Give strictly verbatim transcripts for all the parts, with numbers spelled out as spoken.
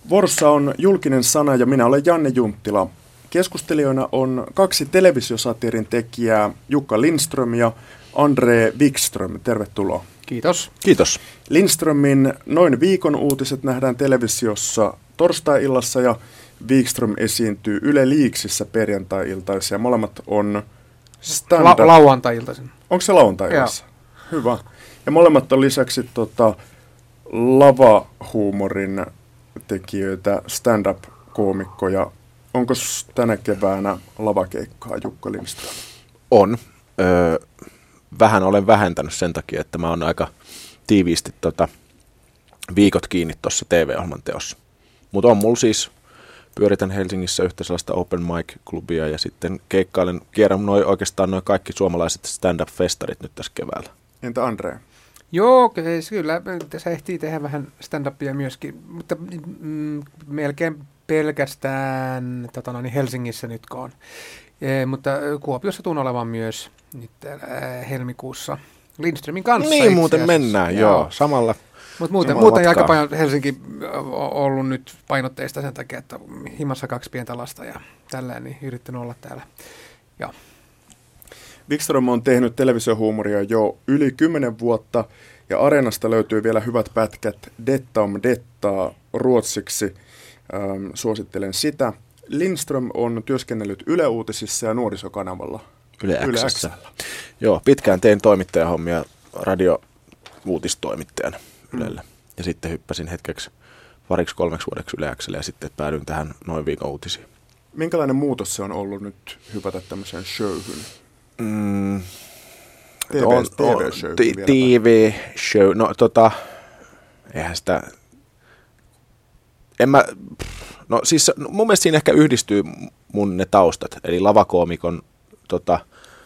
Vuorossa on Julkinen sana ja minä olen Janne Junttila. Keskustelijoina on kaksi televisiosatiirin tekijää, Jukka Lindström ja Andre Wikström. Tervetuloa. Kiitos. Kiitos. Lindströmin Noin viikon uutiset nähdään televisiossa torstai-illassa ja Wikström esiintyy Yle Liiksissä perjantai-iltaisin ja molemmat on stand-up. La- lauantai-iltaisin. Onko se lauantai-illassa? Hyvä. Ja molemmat on lisäksi tota, lavahuumorin tekijöitä, stand-up-koomikkoja. Onko tänä keväänä lavakeikkaa, Jukka Lindström? On. Öö, vähän olen vähentänyt sen takia, että mä oon aika tiiviisti tota, viikot kiinni tuossa T V-ohjelman teossa. Mutta on mulla siis, pyöritän Helsingissä yhtä sellaista open mic-klubia ja sitten keikkailen, kierrän noi, oikeastaan noin kaikki suomalaiset stand-up-festarit nyt tässä keväällä. Entä Andre? Joo, kyllä. Se ehtii tehdä vähän stand-upia myöskin, mutta mm, melkein pelkästään tota noin, Helsingissä nyt on. E, mutta Kuopiossa tuun olevan myös nyt äh, helmikuussa Lindströmin kanssa. Niin muuten mennään, joo, joo samalla. Mutta muuten, muuten aika paljon Helsinki on ollut nyt painotteista sen takia, että himassa kaksi pientä lasta ja tällä niin yrittänyt olla täällä. Joo. Wikström on tehnyt televisiohuumoria jo yli kymmenen vuotta ja Areenasta löytyy vielä hyvät pätkät Detta om Dettaa ruotsiksi. Ähm, suosittelen sitä. Lindström on työskennellyt Yle Uutisissa ja nuorisokanavalla. Yle X:ssä. Joo, pitkään tein toimittajahommia radio-uutistoimittajana Ylellä. Mm. Ja sitten hyppäsin hetkeksi pariksi kolmeksi vuodeksi Yle X:lle ja sitten päädyin tähän Noin viikon uutisiin. Minkälainen muutos se on ollut nyt hypätä tämmöiseen showhyn? Mm, T V-show. T V-show. No tota, eihän sitä... En mä... No siis mun mielestä siinä ehkä yhdistyy mun ne taustat, eli lavakoomikon tota,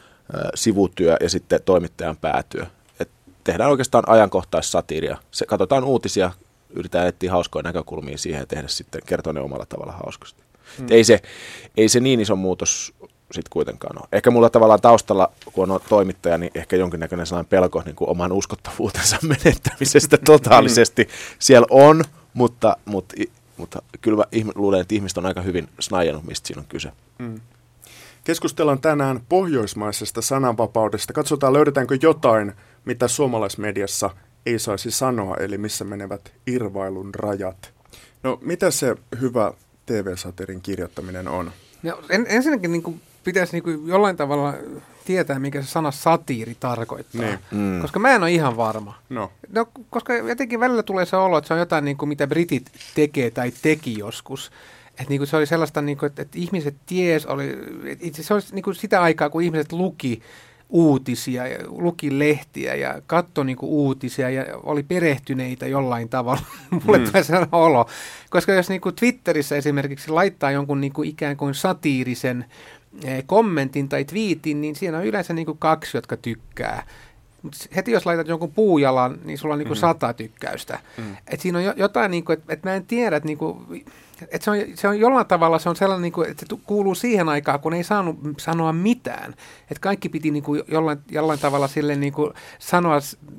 sivutyö ja sitten toimittajan päätyö. Et tehdään oikeastaan ajankohtaissatiiria. Se, katsotaan uutisia, yritetään etsiä hauskoja näkökulmia siihen ja tehdä sitten, kertoa ne omalla tavalla hauskasti. Hmm. Ei, se, ei se niin iso muutos sitten kuitenkaan ole. Ehkä mulla tavallaan taustalla, kun on toimittaja, niin ehkä jonkinnäköinen sellainen pelko niin kuin oman uskottavuutensa menettämisestä totaalisesti siellä on, mutta... mutta Mutta kyllä mä luulen, että ihmiset on aika hyvin snajannut, mistä siinä on kyse. Mm. Keskustellaan tänään pohjoismaisesta sananvapaudesta. Katsotaan, löydetäänkö jotain, mitä suomalaismediassa ei saisi sanoa, eli missä menevät irvailun rajat. No, mitä se hyvä T V-satiirin kirjoittaminen on? No, en, ensinnäkin niin kuin pitäisi niin kuin jollain tavalla tietää, mikä se sana satiiri tarkoittaa, niin. mm. koska mä en ole ihan varma. No. No, koska jotenkin välillä tulee se olo, että se on jotain, niin kuin, mitä britit tekee tai teki joskus. Että niin kuin se oli sellaista, niin kuin, että, että ihmiset ties, oli, itse se oli niin kuin sitä aikaa, kun ihmiset luki uutisia ja luki lehtiä ja katsoi niin kuin uutisia ja oli perehtyneitä jollain tavalla. Mulle mm. tulee sellainen olo. Koska jos niin kuin Twitterissä esimerkiksi laittaa jonkun niin kuin ikään kuin satiirisen kommentin tai twiitin, niin siinä on yleensä niin kuin kaksi, jotka tykkää. Mut heti jos laitat jonkun puujalan, niin sulla on niin kuin mm. sata tykkäystä. Mm. Et siinä on jo, jotain, niin kuin, että et mä en tiedä, että, niin kuin, että se, on, se on jollain tavalla se on sellainen, niin kuin, että se kuuluu siihen aikaan, kun ei saanut sanoa mitään. Että kaikki piti niin kuin jollain, jollain tavalla sille niin kuin sanoa,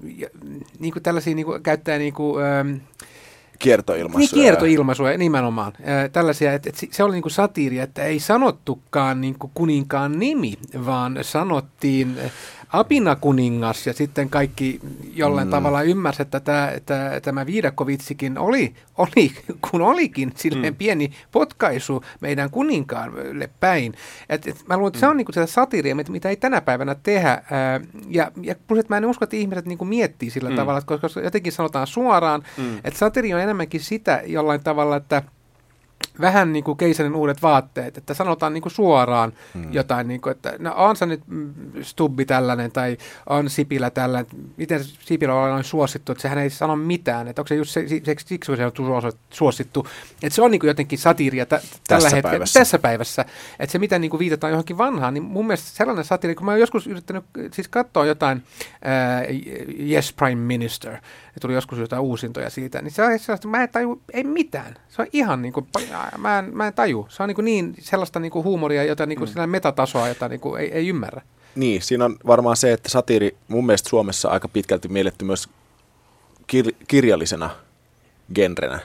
niin kuin tällaisia niin kuin, käyttää niin kuin, ähm, kiertoilmaisuja. Niin, kiertoilmaisuja nimenomaan. Äh, tällaisia, että, että se oli niin kuin satiiri, että ei sanottukaan niin kuin kuninkaan nimi, vaan sanottiin apinakuningas ja sitten kaikki jollain mm. tavalla ymmärsi, että tämä, että tämä viidakkovitsikin oli, oli, kun olikin silleen mm. pieni potkaisu meidän kuninkaalle päin. Et, et mä luulen, että mm. se on niinku sitä satiiria, mitä ei tänä päivänä tehdä. Ää, ja, ja plus, että mä en usko, että ihmiset niinku miettii sillä mm. tavalla, koska jotenkin sanotaan suoraan, mm. että satiiri on enemmänkin sitä jollain tavalla, että vähän niin kuin Keisarin uudet vaatteet, että sanotaan niin kuin suoraan hmm. jotain, niin kuin, että no on se nyt Stubbi tällainen tai on Sipilä tällainen, miten Sipilä on noin suosittu, että sehän ei sano mitään, että onko se just se, se, siksi se on suosittu, että se on niin kuin jotenkin satiiria t- tällä tässä hetkellä, päivässä. tässä päivässä, että se mitä niin kuin viitataan johonkin vanhaan, niin mun mielestä sellainen satiiri, kun mä oon joskus yrittänyt siis katsoa jotain ää, Yes Prime Minister, ja tuli joskus jotain uusintoja siitä, niin se on sellaista, mä en taju, ei mitään, se on ihan niin kuin, mä en, mä en taju. Se on niin, niin sellaista niin kuin huumoria, jota niin kuin mm. metatasoa, jota niin kuin ei, ei ymmärrä. Niin, siinä on varmaan se, että satiiri mun mielestä Suomessa aika pitkälti mielletty myös kir- kirjallisena genrenä.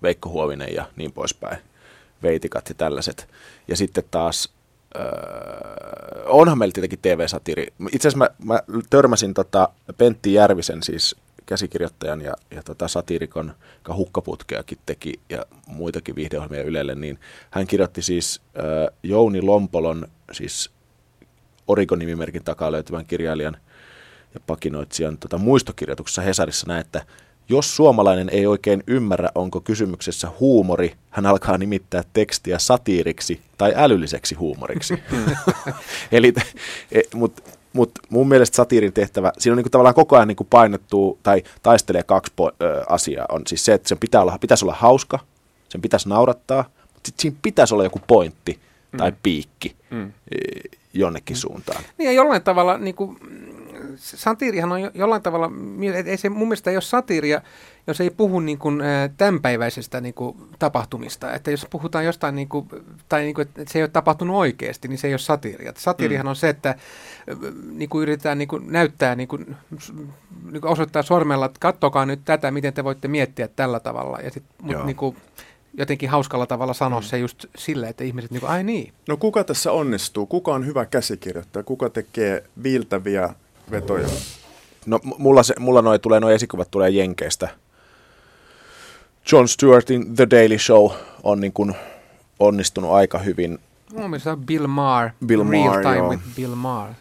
Veikko Huovinen ja niin poispäin, Veitikat ja tällaiset. Ja sitten taas, öö, onhan meillä tietenkin T V-satiiri. Itse asiassa mä, mä törmäsin tota Pentti Järvisen, siis käsikirjoittajan ja, ja tota satiirikon, joka Hukkaputkeakin teki ja muitakin viihdeohjelmia Ylelle, niin hän kirjoitti siis öö, Jouni Lompolon, siis Origo-nimimerkin takaa löytyvän kirjailijan ja pakinoitsijan tota, muistokirjoituksessa Hesarissa näin, että jos suomalainen ei oikein ymmärrä, onko kysymyksessä huumori, hän alkaa nimittää tekstiä satiiriksi tai älylliseksi huumoriksi. Eli, mutta mut mun mielestä satiirin tehtävä, siinä on niinku tavallaan koko ajan niinku painottuu tai taistelee kaksi po- ö, asiaa. On siis se, että sen pitää olla, pitäisi olla hauska, sen pitäisi naurattaa, mutta sitten siinä pitäisi olla joku pointti tai mm. piikki mm. jonnekin mm. suuntaan. Niin ja jollain tavalla niin kuin, satiirihan on jollain tavalla, ei se mun mielestä ei ole satiiria, jos ei puhu niin kuin, tämänpäiväisestä niin kuin, tapahtumista. Että jos puhutaan jostain, niin kuin, tai niin kuin, että se ei ole tapahtunut oikeasti, niin se ei ole satiiria. Satiirihan mm. on se, että niin kuin yritetään niin kuin, näyttää, niin kuin, niin kuin osoittaa sormella, että katsokaa nyt tätä, miten te voitte miettiä tällä tavalla. Ja sit, mut, niin kuin, jotenkin hauskalla tavalla sanoa mm. se just silleen, että ihmiset niin kuin, ai niin. No kuka tässä onnistuu? Kuka on hyvä käsikirjoittaja? Kuka tekee viiltäviä vetoja? No mulla, se, mulla noi tulee, noi esikuvat tulee Jenkeistä. Jon Stewartin The Daily Show on niin kuin onnistunut aika hyvin. Mun mielestä on Bill Maher, Bill Real Maher, Time joo. with Bill Maher.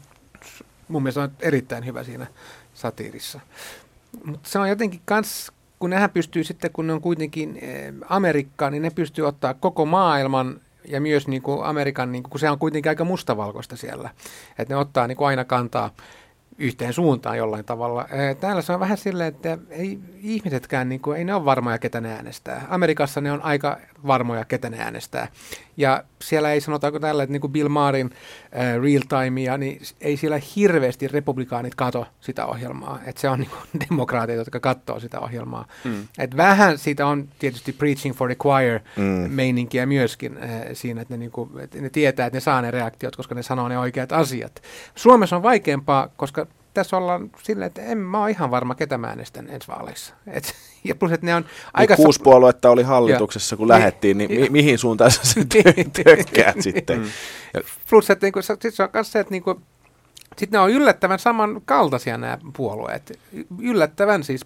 Mun mielestä on erittäin hyvä siinä satiirissa. Mutta se on jotenkin kans, kun nehän pystyy sitten, kun ne on kuitenkin eh, Amerikka, niin ne pystyy ottaa koko maailman ja myös niin kuin Amerikan, niin kuin, kun se on kuitenkin aika mustavalkoista siellä. Että ne ottaa niin kuin aina kantaa yhteen suuntaan jollain tavalla. Täällä se on vähän silleen, että ei ihmisetkään, niin kuin, ei ne ole varmoja, ketä ne äänestää. Amerikassa ne on aika varmoja, ketä ne äänestää. Ja siellä ei sanotaanko tällä, että niin kuin Bill Maherin äh, Real Timea, niin ei siellä hirveästi republikaanit kato sitä ohjelmaa. Että se on niin kuin demokraatit, jotka katsoo sitä ohjelmaa. Mm. Et vähän siitä on tietysti preaching for the choir mm. meininkiä myöskin äh, siinä, että ne, niin kuin, että ne tietää, että ne saa ne reaktiot, koska ne sanoo ne oikeat asiat. Suomessa on vaikeampaa, koska tässä ollaan silleen, että en mä ole ihan varma, ketä mä äänestän ensi vaaleissa. Et, ja plus, että ne on aika... Kuusi puoluetta oli hallituksessa, kun ja, lähdettiin, niin mi- mihin suuntaan sä sitten tökkäät sitten? Mm. Plus, että niinku, sit se on myös se, että niinku, sit ne on yllättävän samankaltaisia nämä puolueet. Yllättävän siis...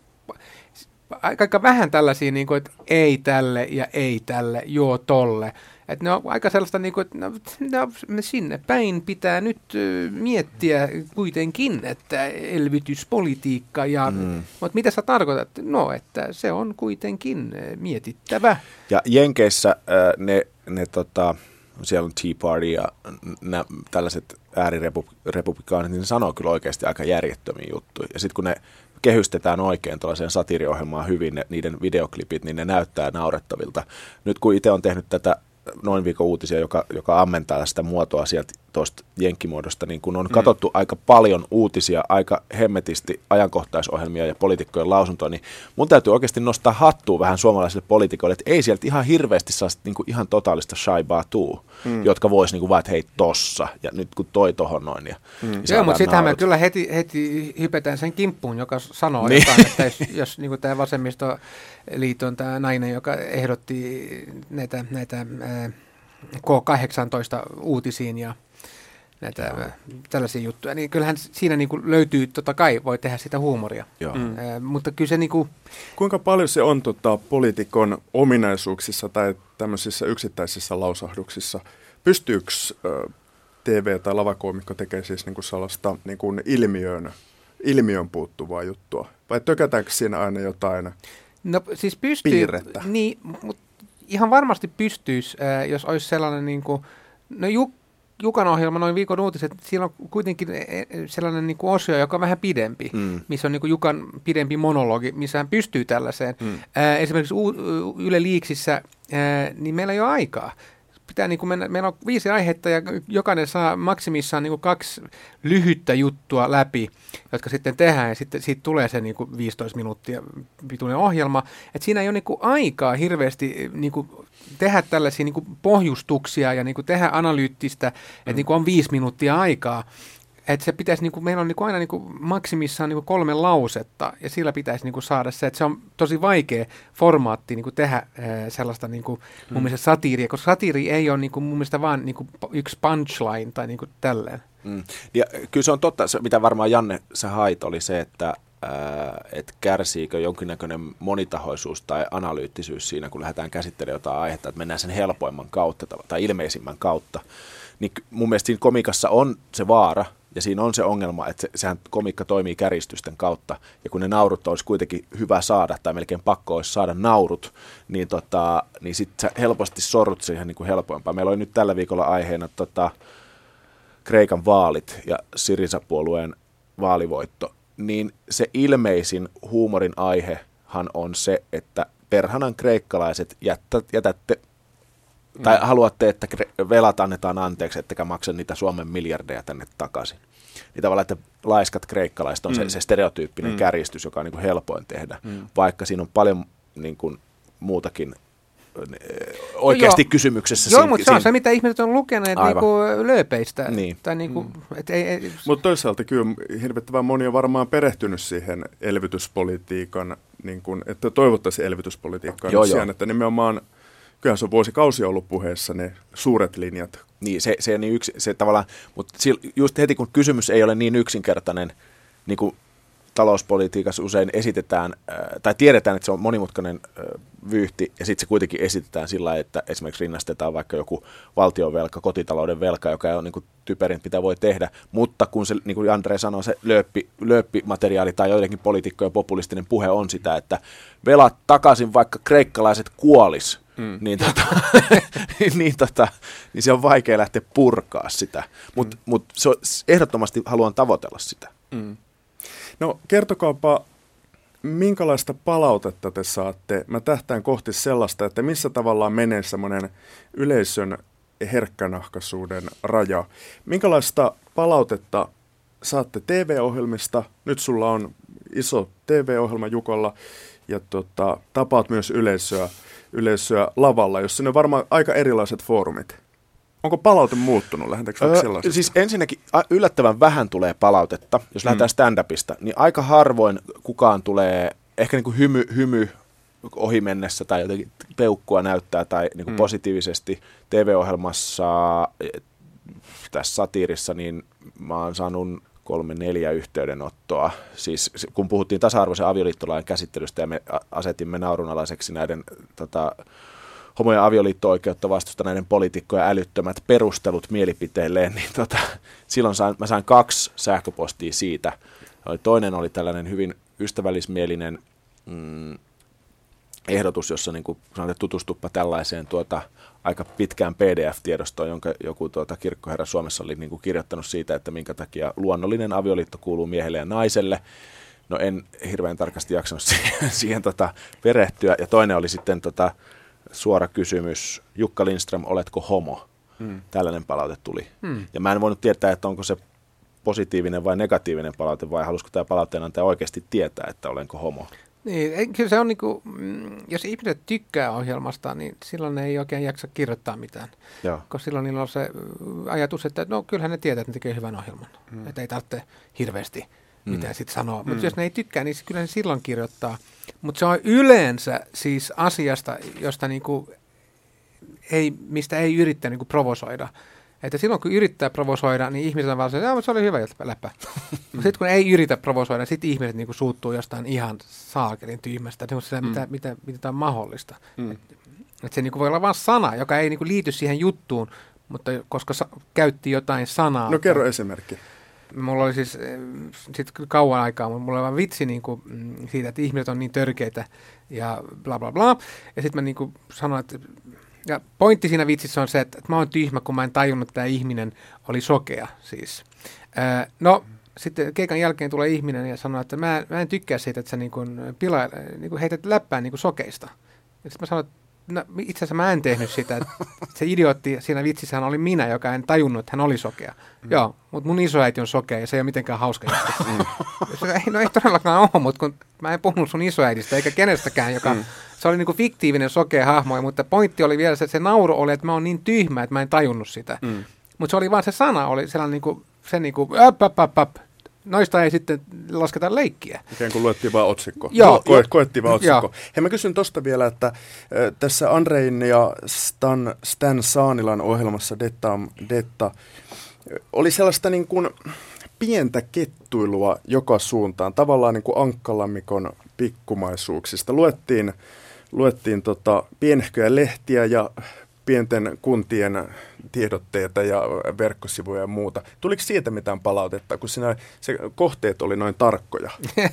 Aika vähän tällaisia, niin kuin, että ei tälle ja ei tälle, joo tolle. Että ne on aika sellaista, niin kuin, että no, no, sinne päin pitää nyt uh, miettiä kuitenkin, että elvytyspolitiikka ja... Mm. Mutta mitä sä tarkoitat? No, että se on kuitenkin mietittävä. Ja Jenkeissä äh, ne, ne tota, siellä on Tea Party ja nä, tällaiset äärirepublikaanit, niin ne sanoo kyllä oikeasti aika järjettömiä juttuja. Ja sitten kun ne kehystetään oikein tuollaiseen satiiriohjelmaan hyvin, ne, niiden videoklipit, niin ne näyttää naurettavilta. Nyt kun itse on tehnyt tätä noin viikon uutisia, joka, joka ammentaa sitä muotoa sieltä tuosta jenkkimuodosta, niin kun on mm. katsottu aika paljon uutisia, aika hemmetisti ajankohtaisohjelmia ja poliitikkojen lausuntoja, niin mun täytyy oikeasti nostaa hattua vähän suomalaisille poliitikoille, että ei sieltä ihan hirveästi saa niin kuin ihan totaalista shaibaa tuu, mm. jotka vois niin kuin vaan, että hei tossa, ja nyt kun toi tohon noin. Ja mm. Joo, mutta sittenhän me kyllä heti, heti hypetään sen kimppuun, joka sanoo niin. jotain, että jos, jos niin kuin tämä vasemmistoliiton tämä nainen, joka ehdotti näitä, näitä K kahdeksantoista uutisiin ja näitä Joo. tällaisia juttuja, niin kyllähän siinä niin kuin löytyy, totta kai voi tehdä sitä huumoria. Mm. Äh, mutta kyllä se niin kuin... Kuinka paljon se on tota, poliitikon ominaisuuksissa tai tämmöisissä yksittäisissä lausahduksissa? Pystyykö äh, T V- tai lavakoomikko tekemään siis niin kuin sellaista niin kuin ilmiön, ilmiön puuttuvaa juttua? Vai tökätäänkö siinä aina jotain no, siis pystyy, piirrettä? Niin, mutta ihan varmasti pystyisi, äh, jos olisi sellainen niin kuin... No, Juk- Jukan ohjelma, noin viikon uutiset, siellä on kuitenkin sellainen niin kuin osio, joka on vähän pidempi, mm. missä on niin kuin Jukan pidempi monologi, missä hän pystyy tällaiseen. Mm. Ää, esimerkiksi U- Yle Liiksissä, ää, niin meillä ei ole aikaa. Pitää niin kuin mennä, meillä on viisi aihetta ja jokainen saa maksimissaan niin kuin kaksi lyhyttä juttua läpi, jotka sitten tehdään ja sitten siitä tulee se niin kuin viisitoista minuuttia pituinen ohjelma. Et siinä ei ole niin kuin aikaa hirveästi niin kuin tehdä tällaisia niin kuin pohjustuksia ja niin kuin tehdä analyyttistä, että mm. niin kuin on viisi minuuttia aikaa. Että se pitäisi, niin kuin, meillä on niin kuin aina niin kuin maksimissaan niin kuin kolme lausetta, ja sillä pitäisi niin kuin saada se, että se on tosi vaikea formaatti niin kuin tehdä äh, sellaista niin kuin, mun mm. mielestä satiiria, koska satiiri ei ole niin kuin, mun mielestä vaan niin kuin yksi punchline tai niin kuin tälleen. Mm. Ja kyllä se on totta, se, mitä varmaan Janne sä hait, oli se, että että kärsiikö jonkinnäköinen monitahoisuus tai analyyttisyys siinä, kun lähdetään käsittelemään jotain aihetta, että mennään sen helpoimman kautta tai ilmeisimmän kautta. Niin mun mielestä siinä komikassa on se vaara, ja siinä on se ongelma, että se, sehän komikka toimii kärjistysten kautta, ja kun ne naurut olisi kuitenkin hyvä saada, tai melkein pakko olisi saada naurut, niin, tota, niin sitten sä helposti sorrut siihen niin kuin helpoimpaa. Meillä oli nyt tällä viikolla aiheena tota, Kreikan vaalit ja Syriza-puolueen vaalivoitto. Niin se ilmeisin huumorin aihehan on se, että perhanan kreikkalaiset jättä, jätätte, mm. tai haluatte, että velat annetaan anteeksi, ettekä maksa niitä Suomen miljardeja tänne takaisin. Niin tavallaan, että laiskat kreikkalaiset on mm. se, se stereotyyppinen mm. kärjistys, joka on niin kuin helpoin tehdä, mm. vaikka siinä on paljon niin kuin muutakin oikeasti no, kysymyksessä. Joo, siinä, mutta se on se, mitä ihmiset on lukeneet niinku lööpeistä. Niin. Niinku, mm. Mutta toisaalta kyllä hirvittävän moni on varmaan perehtynyt siihen elvytyspolitiikan, niin kun, että toivottaisiin elvytyspolitiikkaa joo, sijaan, että nimenomaan, kyllähän se on vuosikausia ollut puheessa ne suuret linjat. Niin, se, se, niin yksi, se tavallaan, mutta just heti kun kysymys ei ole niin yksinkertainen, niin kuin talouspolitiikassa usein esitetään, tai tiedetään, että se on monimutkainen vyyhti, ja sitten se kuitenkin esitetään sillä lailla, että esimerkiksi rinnastetaan vaikka joku valtionvelka, kotitalouden velka, joka on niin kuin typerin, mitä voi tehdä, mutta kun se, niin kuin Andre sanoi, se lööppi, lööppimateriaali tai joidenkin poliitikkojen populistinen puhe on sitä, että velat takaisin, vaikka kreikkalaiset kuolis, mm. niin, tota, niin, tota, niin se on vaikea lähteä purkaa sitä, mutta mm. mut ehdottomasti haluan tavoitella sitä. Mm. No kertokaapa, minkälaista palautetta te saatte? Mä tähtään kohti sellaista, että missä tavallaan menee semmoinen yleisön herkkänahkaisuuden raja. Minkälaista palautetta saatte T V-ohjelmista? Nyt sulla on iso T V-ohjelma Jukolla ja tota, tapaat myös yleisöä, yleisöä lavalla, jossa ne on varmaan aika erilaiset foorumit. Onko palaute muuttunut? Lähdetäänkö öö, sellaisesta? Siis ensinnäkin yllättävän vähän tulee palautetta, jos mm. lähdetään stand-upista, niin aika harvoin kukaan tulee ehkä niin kuin hymy, hymy ohi mennessä tai jotenkin peukkua näyttää tai niin kuin mm. positiivisesti. T V-ohjelmassa, tässä satiirissa, niin mä oon saanut kolme, neljä yhteydenottoa. Siis kun puhuttiin tasa-arvoisen avioliittolain käsittelystä ja me asetimme naurunalaiseksi näiden tota, homo- ja avioliitto-oikeutta vastustaneiden poliitikkojen älyttömät perustelut mielipiteilleen, niin tota, silloin sain, mä sain kaksi sähköpostia siitä. Toinen oli tällainen hyvin ystävällismielinen mm, ehdotus, jossa niin kuin sanoin, että tutustuppa tällaiseen tuota, aika pitkään P D F-tiedostoon, jonka joku tuota, kirkkoherra Suomessa oli niin kuin kirjoittanut siitä, että minkä takia luonnollinen avioliitto kuuluu miehelle ja naiselle. No en hirveän tarkasti jaksanut siihen, siihen tota, perehtyä. Ja toinen oli sitten tota, suora kysymys, Jukka Lindström, oletko homo? Hmm. Tällainen palaute tuli. Hmm. Ja mä en voinut tietää, että onko se positiivinen vai negatiivinen palaute, vai halusiko tämä palautteenantaja oikeasti tietää, että olenko homo? Niin, kyllä se on niin kuin, jos ihmiset tykkää ohjelmasta, niin silloin ne ei oikein jaksa kirjoittaa mitään. Joo. Koska silloin niillä on se ajatus, että no kyllähän ne tietää, että ne tekee hyvän ohjelman. Hmm. Että ei tarvitse hirveästi mitään hmm. sitten sanoa. Hmm. Mutta jos ne ei tykkää, niin kyllä ne silloin kirjoittaa. Mutta se on yleensä siis asiasta, josta niinku ei, mistä ei yrittää niinku provosoida. Että silloin kun yrittää provosoida, niin ihmiset on vaan se, että se oli hyvä läppä. Sitten kun ei yritä provosoida, sitten ihmiset niinku suuttuu jostain ihan saakelin tyhmästä, että se, mm. mitä, mitä, mitä tämä on mahdollista. Mm. Että et se niinku voi olla vain sana, joka ei niinku liity siihen juttuun, mutta koska sa- käytti jotain sanaa. No kerro esimerkki. Mulla oli siis sit kauan aikaa, mutta mulla oli vaan vitsi niin kuin, siitä, että ihmiset on niin törkeitä ja bla bla bla. Ja sitten mä niin kuin sanoin, että ja pointti siinä vitsissä on se, että, että mä oon tyhmä, kun mä en tajunnut, että tämä ihminen oli sokea siis. Ää, no sitten keikan jälkeen tulee ihminen ja sanoo, että mä, mä en tykkää siitä, että sä niin kuin pila, niin kuin heität läppään niin kuin sokeista. Ja sitten mä sanoin, että no, itse asiassa mä en tehnyt sitä. Se idiootti siinä vitsissähän oli minä, joka en tajunnut, että hän oli sokea. Mm. Joo, mutta mun isoäiti on sokea ja se ei ole mitenkään hauska. Mm. No ei todellakaan ole, mutta kun mä en puhunut sun isoäidistä eikä kenestäkään, joka mm. se oli niinku fiktiivinen sokea hahmo, mutta pointti oli vielä se, että se nauru oli, että mä oon niin tyhmä, että mä en tajunnut sitä. Mm. Mutta se oli vaan se sana, oli sellainen niinku se niin kuin, äp, äp, äp, äp. Noista ei sitten lasketa leikkiä. Ikään kuin luettiin vaan otsikko. Joo. Ko- koettiin vaan otsikko. Joo. Hei, mä kysyn tosta vielä, että äh, tässä Andrein ja Stan, Stan Saanilan ohjelmassa Detta om Detta oli sellaista niin kuin pientä kettuilua joka suuntaan, tavallaan niin kuin Ankkalammikon pikkumaisuuksista. Luettiin, luettiin tota pienehköjä lehtiä ja pienten kuntien tiedotteita ja verkkosivuja ja muuta. Tuliko siitä mitään palautetta, kun siinä se kohteet oli noin tarkkoja?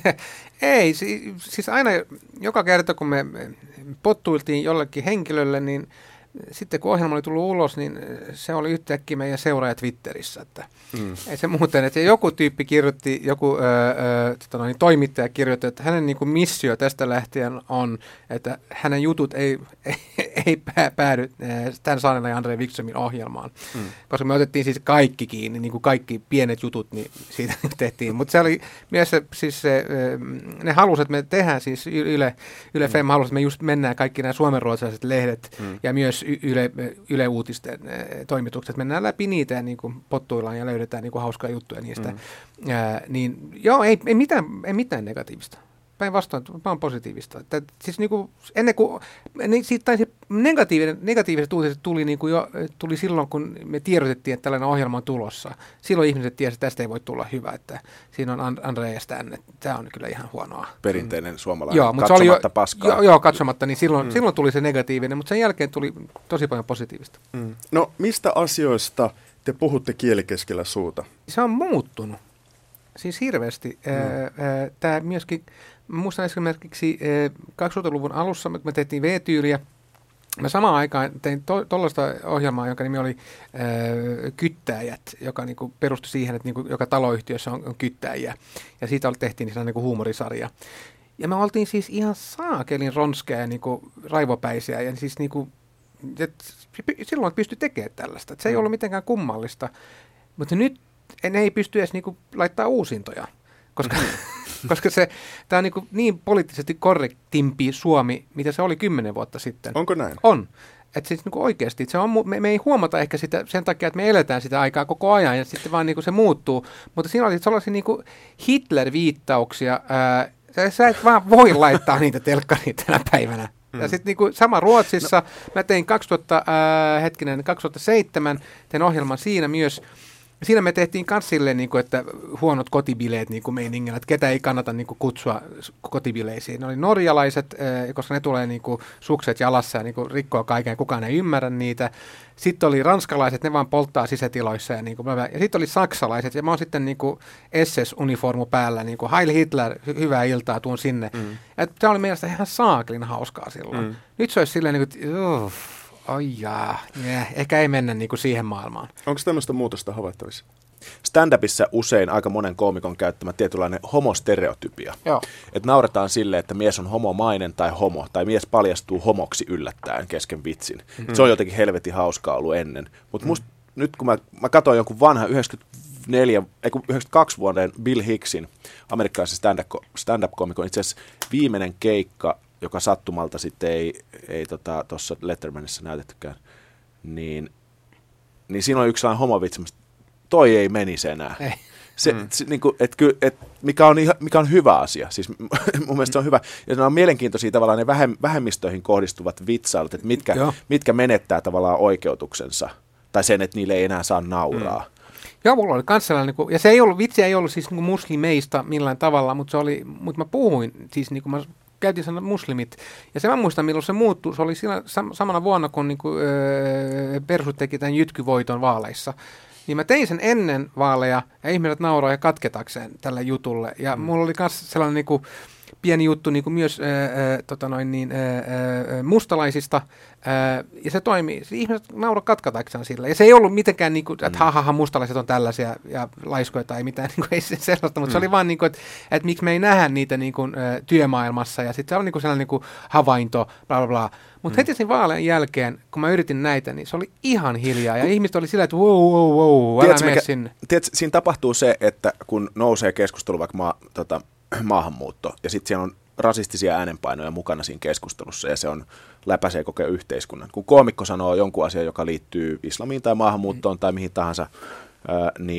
Ei, siis aina joka kerta kun me pottuiltiin jollekin henkilölle, niin sitten kun ohjelma oli tullut ulos, niin se oli yhtäkkiä meidän seuraaja Twitterissä. Että mm. Ei se muuten, että joku tyyppi kirjoitti, joku öö, tota noin, toimittaja kirjoitti, että hänen niin kuin missio tästä lähtien on, että hänen jutut ei, ei, ei päädy Stan Saanilan ja Andrei Wikströmin ohjelmaan. Mm. Koska me otettiin siis kaikki kiinni, niin kuin kaikki pienet jutut, niin siitä tehtiin. Mutta se oli myös se, siis se, ne halusi, että me tehdään siis Yle, Yle Fem halusi, että me just mennään kaikki nämä suomenruotsalaiset lehdet mm. ja myös Yle, Yle Uutisten toimitukset. Mennään läpi niitä ja niin kuin pottuillaan ja löydetään niin kuin hauskaa juttuja niistä. Mm. Ää, niin joo, ei, ei, mitään, ei mitään negatiivista. Päinvastoin, vaan positiivista. Että, siis niin kuin, ennen kuin, niin siitä taisi negatiivinen, negatiiviset uutiset tuli, niin kuin jo, tuli silloin, kun me tiedotettiin, että tällainen ohjelma on tulossa. Silloin ihmiset tiesivät, että tästä ei voi tulla hyvä, että siinä on Andrei ja Stan, että tämä on kyllä ihan huonoa. Perinteinen suomalainen, joo, katsomatta jo, paskaa. Joo, joo, katsomatta, niin silloin, mm. silloin tuli se negatiivinen, mutta sen jälkeen tuli tosi paljon positiivista. Mm. No, mistä asioista te puhutte kielikeskellä suuta? Se on muuttunut. Siis hirveästi. Mm. Tämä myöskin, muistan esimerkiksi kaksituhattaluvun alussa, kun me tehtiin V-tyyliä, mä samaan aikaan tein tuollaista to, ohjelmaa, jonka nimi oli ää, Kyttäjät, joka niinku perustui siihen, että niinku joka taloyhtiössä on, on kyttäjiä. Ja siitä tehtiin niin niinku huumorisarja. Ja me oltiin siis ihan saakelin ronskeja ja niinku raivopäisiä. Ja siis niinku, et, silloin pystyi tekemään tällaista. Et se ei ollut mitenkään kummallista. Mutta nyt ne ei pysty edes niinku laittaa uusintoja, koska, koska se, tämä on niinku niin poliittisesti korrektimpi Suomi, mitä se oli kymmenen vuotta sitten. Onko näin? On. Että siis niinku oikeasti, se on, me, me ei huomata ehkä sitä sen takia, että me eletään sitä aikaa koko ajan ja sitten vaan niinku se muuttuu. Mutta siinä oli sellaisia niinku Hitler-viittauksia, ää, sä, sä et vaan voi laittaa niitä telkkariin tänä päivänä. Mm. Ja sitten niinku sama Ruotsissa, no. mä tein kaksituhatta, ää, hetkinen, kaksituhattaseitsemän, tein ohjelman siinä myös. Siinä me tehtiin myös silleen, niin kuin, että huonot kotibileet niin kuin meiningillä, että ketä ei kannata niin kuin kutsua kotibileisiin. Ne oli norjalaiset, koska ne tulee niin kuin sukset jalassa ja niin kuin rikkoo kaiken, kukaan ei ymmärrä niitä. Sitten oli ranskalaiset, ne vaan polttaa sisätiloissa. Ja, niin kuin, ja sitten oli saksalaiset, ja mä oon sitten niin kuin S S-uniformu päällä, niin kuin Heil Hitler, hy- hyvää iltaa, tuun sinne. Mm. Se oli mielestäni ihan saaklin hauskaa silloin. Mm. Nyt se olisi silleen, niin kuin, uh, oi jaa, yeah, ehkä ei mennä niin kuin siihen maailmaan. Onko tämmöistä muutosta havaittavissa? Stand-upissa usein aika monen koomikon käyttämä tietynlainen homostereotypia. Että nauretaan sille, että mies on homomainen tai homo, tai mies paljastuu homoksi yllättäen kesken vitsin. Mm. Se on jotenkin helvetin hauskaa ollut ennen. Mutta mm. nyt kun mä, mä katsoin jonkun vanhan yhdeksänkymmentäneljä, ei kun yhdeksänkymmentäkaksi vuoden Bill Hicksin, amerikkalaisen stand-up-komikon, itse asiassa viimeinen keikka, joka sattumalta sitten ei, ei tuossa tota, Lettermanissa näytettykään, niin, niin siinä on yksi sellainen homovitsi, toi ei menisi enää. Ei. Se, mm. se, niin kuin, et, et, mikä, on, mikä on hyvä asia. Siis, mun mielestä se on hyvä. Ja ne on mielenkiintoisia tavallaan ne vähemmistöihin kohdistuvat vitsailut, että mitkä, mitkä menettää tavallaan oikeutuksensa. Tai sen, että niille ei enää saa nauraa. Mm. Joo, mulla oli kans sellainen, ja se ei ollut, vitsi ei ollut siis niin muslimeista millään tavalla, mutta, se oli, mutta mä puhuin, siis niin kuin mä käytin sanan muslimit. Ja se mä muistan, milloin se muuttui. Se oli siinä sam- samana vuonna, kun niin kuin, öö, Persut teki tämän jytkyvoiton vaaleissa. Niin mä tein sen ennen vaaleja, ja ihmiset nauraa ja katketakseen tälle jutulle. Ja mm. mulla oli myös sellainen niin kuin, pieni juttu niin kuin myös ää, ää, tota noin niin, ää, mustalaisista, ää, ja se toimii. Ihmiset nauraa katketakseen sillä. Ja se ei ollut mitenkään, niin kuin, että mm. ha, ha, ha, mustalaiset on tällaisia ja laiskoja tai mitään, niin kuin, ei se sellaista, mutta mm. se oli vaan, niin kuin, että, että miksi me ei nähdä niitä niin kuin, ää, työmaailmassa, ja sitten se oli niin kuin sellainen niin kuin havainto, bla bla bla. Mutta mm. heti sen vaalean jälkeen, kun mä yritin näitä, niin se oli ihan hiljaa. Ja ihmiset oli sillä, että wow, wow, wow, älä mene sinne. Tiedätkö, siinä tapahtuu se, että kun nousee keskustelu vaikka maa, tota, maahanmuutto, ja sitten siellä on rasistisia äänenpainoja mukana siinä keskustelussa, ja se on läpäisee koko yhteiskunnan. Kun koomikko sanoo jonkun asian, joka liittyy islamiin tai maahanmuuttoon mm. tai mihin tahansa, ää, niin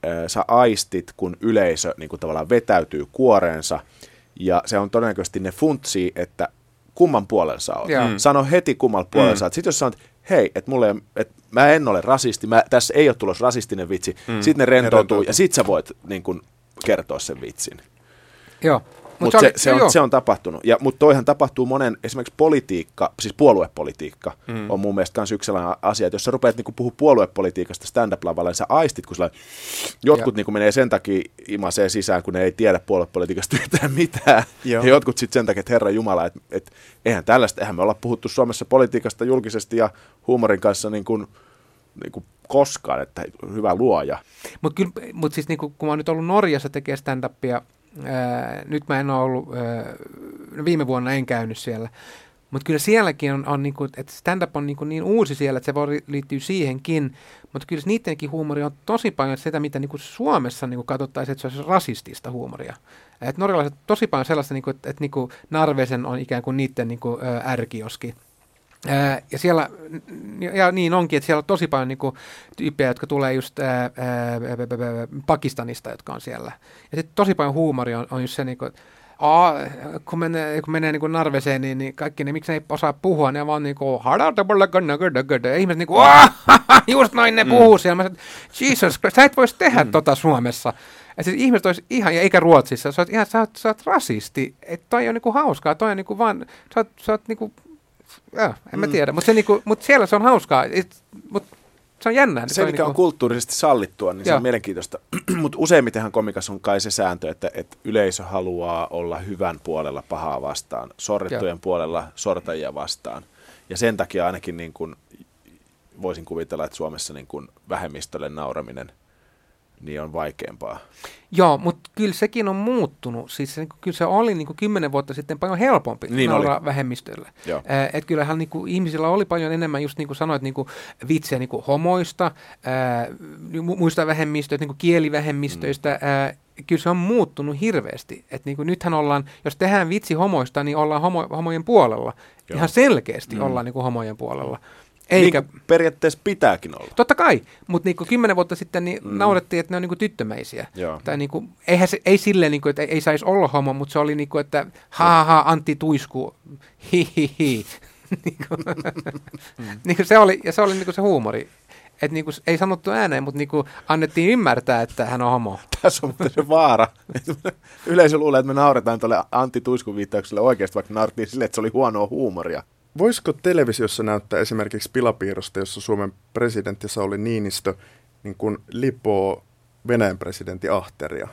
sä aistit, kun yleisö niin kuin tavallaan vetäytyy kuoreensa, ja se on todennäköisesti ne funtsii, että kumman puolella sä oot. Mm. Sano heti kummalla puolella mm. sä oot. Sitten jos sanot, hei, että et mä en ole rasisti, mä, tässä ei ole tulossa rasistinen vitsi, mm. sitten ne rentoutuu, rentoutuu, ja sit sä voit niin kun, kertoa sen vitsin. Joo. Mutta se, se, on, se on tapahtunut. Ja, mutta toihan tapahtuu monen, esimerkiksi politiikka, siis puoluepolitiikka mm. on mun mielestä myös yksi sellainen asia, että jos sä rupeat niinku puhua puoluepolitiikasta stand-up-lavalla, niin sä aistit, kun jotkut niinku menee sen takia imasee sisään, kun ne ei tiedä puoluepolitiikasta yhtään mitään. Joo. Ja jotkut sitten sen takia, että Herra Jumala, että et, eihän tällaista, eihän me olla puhuttu Suomessa politiikasta julkisesti ja huumorin kanssa niin kuin, niin kuin koskaan, että hyvä luoja. Mutta mut siis niinku, kun mä oon nyt ollut Norjassa tekee stand-upia, Ää, nyt mä en ole ollut, ää, viime vuonna en käynyt siellä, mutta kyllä sielläkin on, on niinku, että stand-up on niinku niin uusi siellä, että se voi liittyä siihenkin, mutta kyllä niidenkin huumori on tosi paljon sitä, mitä niinku Suomessa niinku katsottaisiin, että se olisi rasistista huumoria. Et norjalaiset tosi paljon sellaista, niinku, että et niinku Narvesen on ikään kuin niiden niinku, ää, ärkioski. Ää, ja siellä, ja niin onkin, että siellä on tosi paljon niinku tyyppejä, jotka tulee just ää, ää, Pakistanista, jotka on siellä. Ja sitten tosi paljon huumoria on, on just se, niinku, että aa, kun menee, kun menee niinku Narveseen, niin, niin kaikki ne, miksi ne ei osaa puhua, ne vaan niinku, ja ihmiset niinku, just noin ne puhuu siellä. Mä sanoin, Jesus Christ, sä et voisi tehdä mm. tota Suomessa. Ja siis ihmiset olisi ihan, ja eikä Ruotsissa, sä oot, ihan, sä oot, sä oot rasisti, että toi on niinku hauskaa, toi on niinku vaan, sä oot, sä oot niinku, ja, en mä tiedä, mutta niinku, mut siellä se on hauskaa, mutta se on jännää. Se, mikä niinku on kulttuurisesti sallittua, niin se on mielenkiintoista. Mutta useimmitenhan komikassa on kai se sääntö, että, että yleisö haluaa olla hyvän puolella pahaa vastaan, sorrettujen Joo. puolella sortajia vastaan. Ja sen takia ainakin niin kun, voisin kuvitella, että Suomessa niin kun vähemmistölle nauraminen niin on vaikeampaa. Joo, mutta kyllä sekin on muuttunut. Siis se, kyllä se oli niin kuin kymmenen vuotta sitten paljon helpompi niin nauraa vähemmistölle. Että kyllähän niin kuin, ihmisillä oli paljon enemmän, just niin kuin sanoit, niin kuin vitsejä niin kuin homoista, ää, muista vähemmistöistä, niin kuin kielivähemmistöistä. Mm. Ää, kyllä se on muuttunut hirveästi. Että niin kuin nythän ollaan, jos tehdään vitsi homoista, niin ollaan homo, homojen puolella. Joo. Ihan selkeästi mm. ollaan niin kuin homojen puolella. Eikä, niin periaatteessa pitääkin olla. Totta kai, mutta niinku kymmenen vuotta sitten niin mm. naurettiin, että ne on niinku tyttömäisiä. Tai niinku, eihän se, ei silleen, niinku, että ei, ei saisi olla homo, mutta se oli niinku, että ha ha Antti Tuisku, hi hi hi. niinku, se oli, ja se oli niinku se huumori. Että niinku, ei sanottu ääneen, mutta niinku, annettiin ymmärtää, että hän on homo. Tässä on se vaara. Yleisö luulee, että me nauretaan tuolle Antti Tuiskun viittaukselle oikeasti, vaikka naurettiin silleen, että se oli huonoa huumoria. Voisiko televisiossa näyttää esimerkiksi pilapiirrosta, jossa Suomen presidentti Sauli Niinistö niin kuin lipoo Venäjän presidentti Ahteria?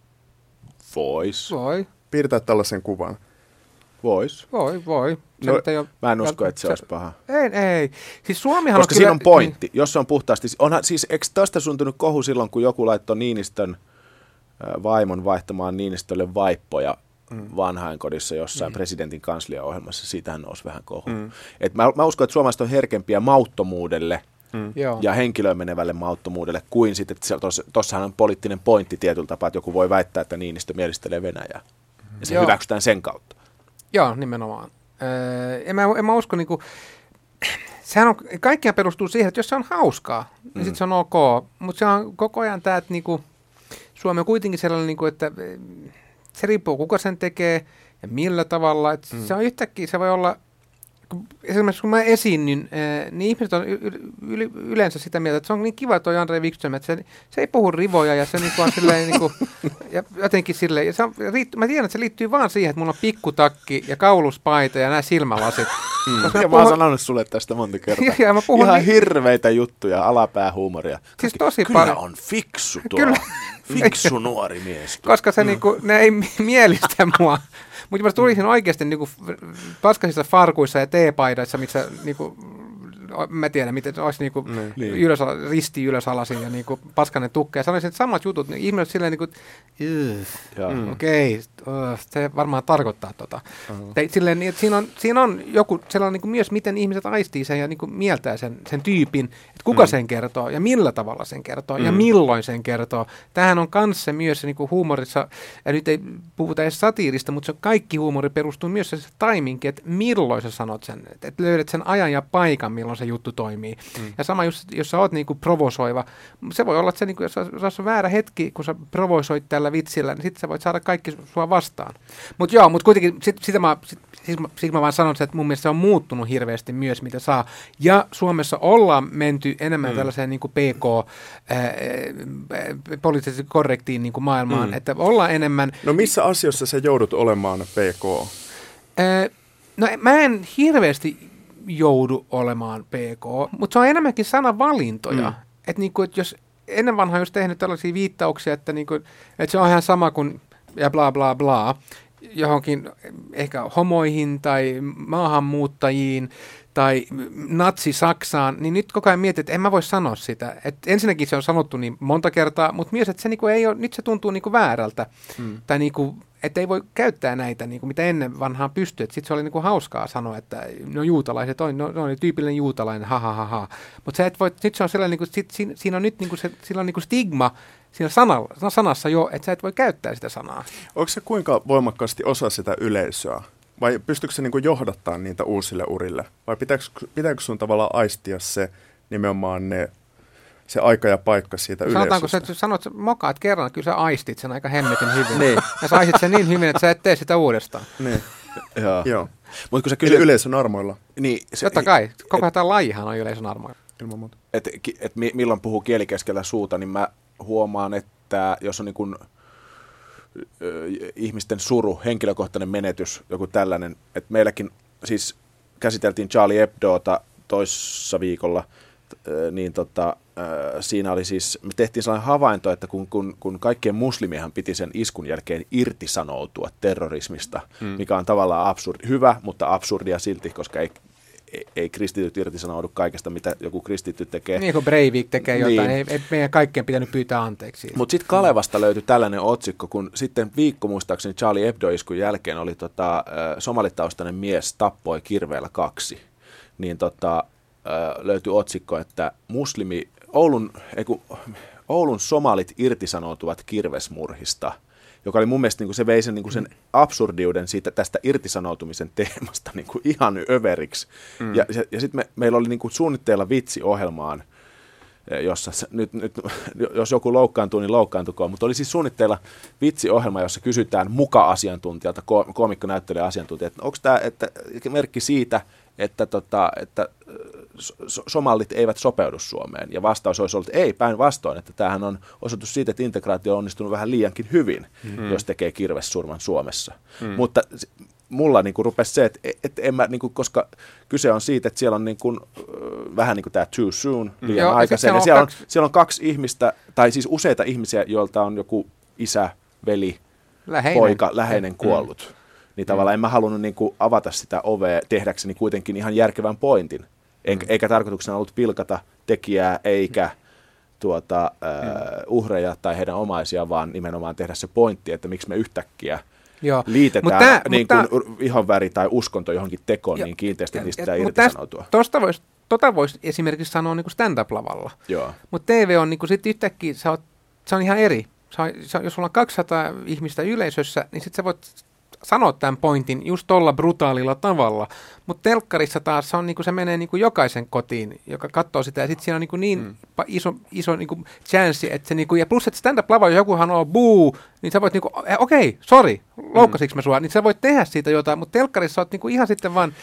Vois. Voi. Piirtää tällaisen kuvan. Vois. Voi, voi. No, ole, mä en usko, että se, se olisi paha. Ei, ei. Siis Suomihan Koska on siinä kyllä, on pointti. Niin. Jos se on puhtaasti, onhan, siis eikö tästä syntynyt kohu silloin, kun joku laittoi Niinistön äh, vaimon vaihtamaan Niinistölle vaippoja Mm. vanhainkodissa jossain mm. presidentin kansliaohjelmassa, siitähän nousi vähän kohu. Mm. Et mä, mä uskon, että suomalaiset on herkempiä mauttomuudelle mm. ja henkilöön menevälle mauttomuudelle kuin sitten, että tuossahan on poliittinen pointti tietyllä tapaa, että joku voi väittää, että Niinistö mielistelee Venäjää. Mm. Ja se Joo. hyväksytään sen kautta. Joo, nimenomaan. Öö, en, mä, en mä usko, niinku, sehän on, kaikkiaan perustuu siihen, että jos se on hauskaa, niin mm. sitten se on ok. Mutta se on koko ajan tämä, että niinku, Suomi on kuitenkin sellainen, niinku, että se riippuu, kuka sen tekee ja millä tavalla. Et mm. Se on yhtäkkiä, se voi olla, esimerkiksi kun mä esiinnyn, niin ihmiset on y- y- yleensä sitä mieltä, että se on niin kiva toi Andre Wikström, että se, se ei puhu rivoja ja se niinku on silleen niinku, ja jotenkin silleen, ja se on, mä tiedän, että se liittyy vaan siihen, että mulla on pikkutakki ja kauluspaita ja nämä silmälasit. Mm. Ja mä, puhun, mä oon sanonut sulle tästä monta kertaa. Ja, ja mä puhun ihan niin, hirveitä juttuja, alapäähuumoria. Siis tosi Kyllä paljon. on fiksu tuo, Kyllä. fiksu nuori mies. Koska se mm. niinku, ne ei mielistä mua. Mutta mä tulisin oikeasti niinku paskasissa farkuissa ja teepaidoissa, missä niinku, mä tiedän, miten se olisi niinku niin. ylös, risti ylösalasin ja niinku paskanen tukka. Ja sanoisin, että samat jutut, niin ihmiset silleen niinku, mm. okei, okay, se varmaan tarkoittaa tota. Uh-huh. Te, silleen, niin, siinä, on, siinä on joku sellainen niinku myös, miten ihmiset aistii sen ja niinku mieltää sen, sen tyypin, että kuka mm. sen kertoo ja millä tavalla sen kertoo mm. ja milloin sen kertoo. Tämähän on kanssa myös niinku huumorissa, ja nyt ei puhuta edes satiirista, mutta se kaikki huumori perustuu myös se timinkin, että milloin sä sanot sen, että löydät sen ajan ja paikan, milloin se juttu toimii. Mm. Ja sama just, jos sä oot niinku provosoiva, se voi olla, että se, niinku, jos, jos on väärä hetki, kun sä provosoit tällä vitsillä, niin sitten sä voit saada kaikki sua vastaan. Mutta joo, mutta kuitenkin sit, sitä mä, sit, siis mä, siis mä vaan sanon, että mun mielestä se on muuttunut hirveästi myös, mitä saa. Ja Suomessa ollaan menty enemmän mm. tällaiseen niinku P K, ää, poliittisesti korrektiin niinku maailmaan, mm. että ollaan enemmän... No missä asioissa sä joudut olemaan P K? Ää, no mä en hirveästi joudu olemaan P K, mutta se on enemmänkin sanavalintoja. Mm. Että niinku, et jos ennen vanhaa just tehnyt tällaisia viittauksia, että niinku, et se on ihan sama kuin ja bla bla bla, johonkin ehkä homoihin tai maahanmuuttajiin tai natsi-Saksaan, niin nyt koko ajan mietit, että en mä voi sanoa sitä. Et ensinnäkin se on sanottu niin monta kertaa, mutta myös, että se niinku ei ole, nyt se tuntuu niinku väärältä. Hmm. Tai niinku, että ei voi käyttää näitä, niinku, mitä ennen vanhaan pystyi. Sitten se oli niinku hauskaa sanoa, että no juutalaiset on, no, no oli tyypillinen juutalainen, ha ha ha ha. Mutta se et voi, nyt se on sellainen, niinku, sit, siinä, siinä on nyt niinku se, sillä on niinku stigma siinä sanalla, sanassa jo, että sä et voi käyttää sitä sanaa. Onko se kuinka voimakkaasti osa sitä yleisöä? Vai pystyykö se niinku johdattaa niitä uusille urille? Vai pitääkö, pitääkö sun tavallaan aistia se nimenomaan ne, se aika ja paikka siitä yleisöstä? Sanotaanko se, että sanot, että mokaat kerran, kyllä sä aistit sen aika hemmetin hyvin. Niin. Ja sä aistit sen niin hyvin, että sä et tee sitä uudestaan. Niin. Joo. Joo. Mut kun sä kysyt... Eli yleisön armoilla. Niin, se, Totta kai. Koko tämä lajihan on yleisön armoilla. Ilman muuta. Et, et milloin puhuu kieli keskellä suuta, niin mä huomaan, että jos on niin kuin ihmisten suru, henkilökohtainen menetys, joku tällainen, että meilläkin siis käsiteltiin Charlie Hebdota toissa viikolla, niin tota, siinä oli siis, me tehtiin sellainen havainto, että kun, kun, kun kaikkien muslimihan piti sen iskun jälkeen irtisanoutua terrorismista, mm. mikä on tavallaan absurdi, hyvä, mutta absurdia silti, koska ei Ei, ei kristityt irtisanoudu kaikesta, mitä joku kristitty tekee. Niin kuin Breivik tekee jotain, niin. ei, ei meidän kaikkien pitänyt pyytää anteeksi. Mutta sitten Kalevasta löytyi tällainen otsikko, kun sitten viikko muistaakseni Charlie Hebdo-iskun jälkeen oli tota, äh, somalitaustainen mies tappoi kirveellä kaksi. Niin tota, äh, löytyi otsikko, että muslimi, Oulun, ei kun, Oulun somalit irtisanoutuvat kirvesmurhista, joka oli mun mielestä niin kuin se vei sen, niin kuin sen absurdiuden siitä, tästä irtisanoutumisen teemasta niin kuin ihan överiksi. Mm. Ja, ja sitten me, meillä oli niin kuin suunnitteilla vitsiohjelmaan, jossa nyt, nyt, jos joku loukkaantuu, niin loukkaantukoon, mutta oli siis suunnitteilla vitsiohjelma, jossa kysytään muka-asiantuntijalta, koomikkonäyttelijä asiantuntijalta, että onko tämä että, merkki siitä, että, tota, että so- somalit eivät sopeudu Suomeen. Ja vastaus olisi ollut, että ei, päinvastoin, että tämähän on osoitus siitä, että integraatio on onnistunut vähän liiankin hyvin, mm. jos tekee kirvessurman Suomessa. Mm. Mutta mulla niin kuin rupesi se, että, että en mä, niin kuin, koska kyse on siitä, että siellä on niin kuin, vähän niin kuin tämä too soon, liian mm. aikaisen. Ja siellä, on, siellä on kaksi ihmistä, tai siis useita ihmisiä, joilta on joku isä, veli, läheinen. poika, läheinen kuollut. Mm. Niin tavallaan en mä halunnut niin kuin avata sitä ovea tehdäkseni kuitenkin ihan järkevän pointin. En, mm. Eikä tarkoituksena ollut pilkata tekijää eikä tuota, äh, uhreja tai heidän omaisia, vaan nimenomaan tehdä se pointti, että miksi me yhtäkkiä Joo. liitetään tää, niin kuin ihonväri tai uskonto johonkin tekoon jo, niin kiinteästi, että niistä pitää irtisanoutua. Tuosta voisi tota vois esimerkiksi sanoa niin kuin stand-up-lavalla. Mutta T V on niin kuin sit yhtäkkiä, se on, se on ihan eri. Se on, se on, jos sulla on kaksisataa ihmistä yleisössä, niin sitten sä voit sanoa tämän pointin just tuolla brutaalilla tavalla, mutta telkkarissa taas se, on, niin kuin, se menee niin kuin jokaisen kotiin, joka katsoo sitä, ja sitten siinä on niin, kuin niin mm. iso, iso niin kuin chanssi, että se, niin kuin, ja plus, että stand-up-lava, jos joku sanoo buu, niin sä voit niin kuin, okei, okay, sori, loukkasitko mä sua, niin sä voit tehdä siitä jotain, mutta telkkarissa sä oot niin kuin ihan sitten vaan,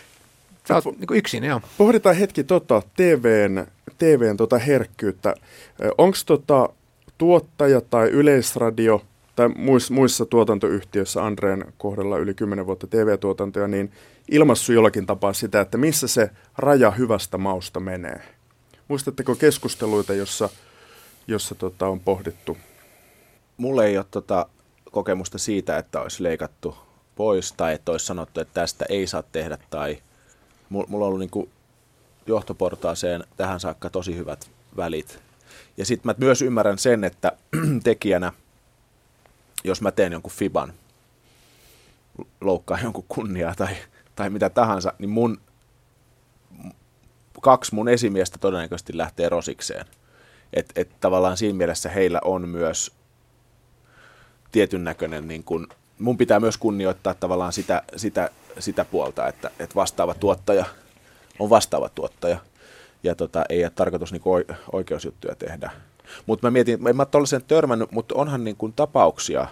sä oot niin kuin yksin, joo. Pohditaan hetki tota, T V:n, T V:n tota herkkyyttä. Onko tota, tuottaja tai Yleisradio tai muissa, muissa tuotantoyhtiöissä, Andreen kohdalla yli kymmenen vuotta T V-tuotantoja, niin ilmassut jollakin tapaa sitä, että missä se raja hyvästä mausta menee. Muistatteko keskusteluita, jossa, jossa tota, on pohdittu? Mulla ei ole tota kokemusta siitä, että olisi leikattu pois tai että olisi sanottu, että tästä ei saa tehdä. Tai mulla on ollut niin kuin johtoportaaseen tähän saakka tosi hyvät välit. Ja sitten mä myös ymmärrän sen, että tekijänä, jos mä teen jonkun fiban, loukkaan jonkun kunniaa tai, tai mitä tahansa, niin mun, kaksi mun esimiestä todennäköisesti lähtee rosikseen. Että et tavallaan siinä mielessä heillä on myös tietyn näköinen, niin kun, mun pitää myös kunnioittaa tavallaan sitä, sitä, sitä puolta, että et vastaava tuottaja on vastaava tuottaja. Ja tota, ei ole tarkoitus niinku oikeusjuttuja tehdä. Mutta mä mietin, en mä tollaisen törmännyt, mutta onhan niinku tapauksia,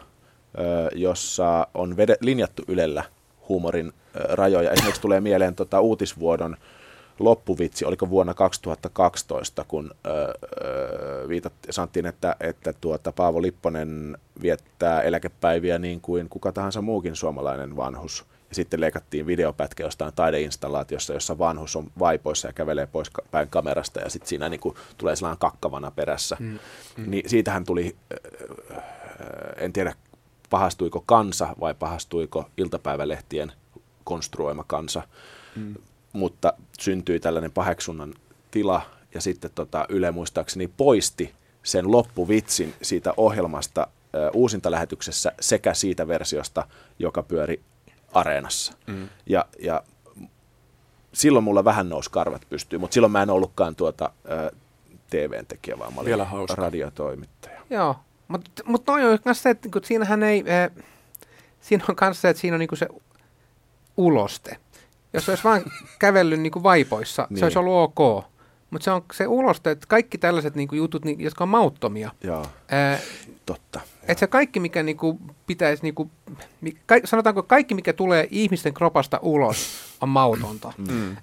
jossa on vede, linjattu Ylellä huumorin rajoja. Esimerkiksi tulee mieleen tota uutisvuodon loppuvitsi, oliko vuonna kaksituhattakaksitoista, kun öö, viitat, sanottiin, että, että tuota, Paavo Lipponen viettää eläkepäiviä niin kuin kuka tahansa muukin suomalainen vanhus. Ja sitten leikattiin videopätkä jostain taideinstallaatiossa, jossa vanhus on vaipoissa ja kävelee pois päin kamerasta, ja sitten siinä niin kuin tulee sellainen kakkavana perässä. Mm, mm. Niin siitähän tuli, öö, en tiedä, pahastuiko kansa vai pahastuiko iltapäivälehtien konstruoima kansa. Mm. Mutta syntyi tällainen paheksunnan tila, ja sitten tota Yle muistaakseni poisti sen loppuvitsin siitä ohjelmasta ö, uusintalähetyksessä sekä siitä versiosta, joka pyöri Areenassa. Mm. Ja, ja silloin mulla vähän nousi karvat pystyyn, mutta silloin mä en ollutkaan tuota, ö, T V-tekijä, vaan mä olin vielä radiotoimittaja. Joo, mutta mut toi on myös se, että siinähän ei, äh, siinä on myös se, että siinä on niinku se uloste. Jos olisi vain kävellyt niin kuin vaipoissa, niin. Se olisi ollut ok. Mutta se on se uloste, että kaikki tällaiset niin kuin jutut, niin, jotka on mauttomia. Joo, ää, totta. Että se kaikki, mikä niin kuin pitäisi, niin kuin, ka, sanotaanko kaikki, mikä tulee ihmisten kropasta ulos, on mautonta. Mm.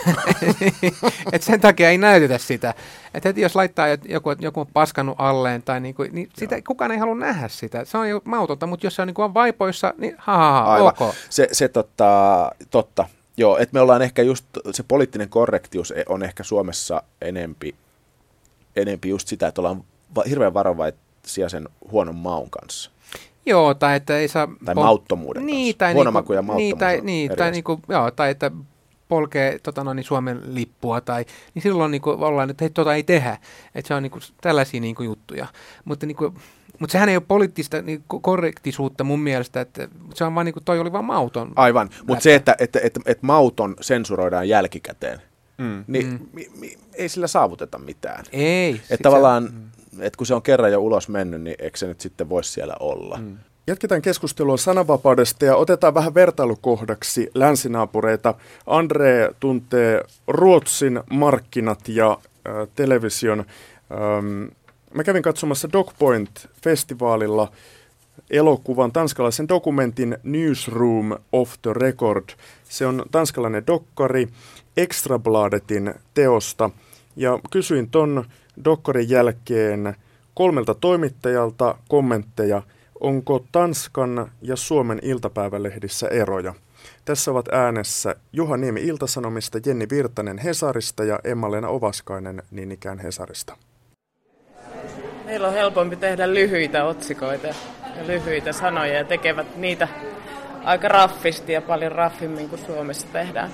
Että sen takia ei näytetä sitä. Että heti jos laittaa joku, joku on paskannut alleen, tai niin kuin, niin sitä, kukaan ei halua nähdä sitä. Se on jo mautonta, mutta jos se on, niin kuin on vaipoissa, niin ha, ha, ha ok. Se, se totta, totta. Joo, että me ollaan ehkä just, se poliittinen korrektius on ehkä Suomessa enempi, enempi just sitä, että ollaan va- hirveän varovaisia sen huonon maun kanssa. Joo, tai että ei saa... Tai pol- mauttomuuden niin, kanssa. Huono maku ja mauttomuus niin, tai, niin, tai, niinku, joo, tai että polkee tota, no, niin Suomen lippua, tai niin silloin niinku, ollaan, että hei, tota ei tehdä. Että se on niinku, tällaisia niinku, juttuja. Mutta niinku... Mutta sehän ei ole poliittista niin korrektisuutta mun mielestä, että se on vaan niin kuin toi oli vaan mauton. Aivan, mutta se, että, että, että, että mauton sensuroidaan jälkikäteen, mm. niin mm. Mi, mi, ei sillä saavuteta mitään. Ei. Että tavallaan, mm. että kun se on kerran jo ulos mennyt, niin eikö se nyt sitten voisi siellä olla? Mm. Jatketaan keskustelua sananvapaudesta ja otetaan vähän vertailukohdaksi länsinaapureita. Andre tuntee Ruotsin markkinat ja äh, television. Ähm, Mä kävin katsomassa DocPoint-festivaalilla elokuvan, tanskalaisen dokumentin Newsroom of the Record. Se on tanskalainen dokkari Extrabladetin teosta. Ja kysyin ton dokkarin jälkeen kolmelta toimittajalta kommentteja, onko Tanskan ja Suomen iltapäivälehdissä eroja. Tässä ovat äänessä Juha Niemi Ilta-Sanomista, Jenni Virtanen Hesarista ja Emma-Leena Ovaskainen niin ikään Hesarista. Meillä on helpompi tehdä lyhyitä otsikoita ja lyhyitä sanoja ja tekevät niitä aika raffisti ja paljon raffimmin kuin Suomessa tehdään.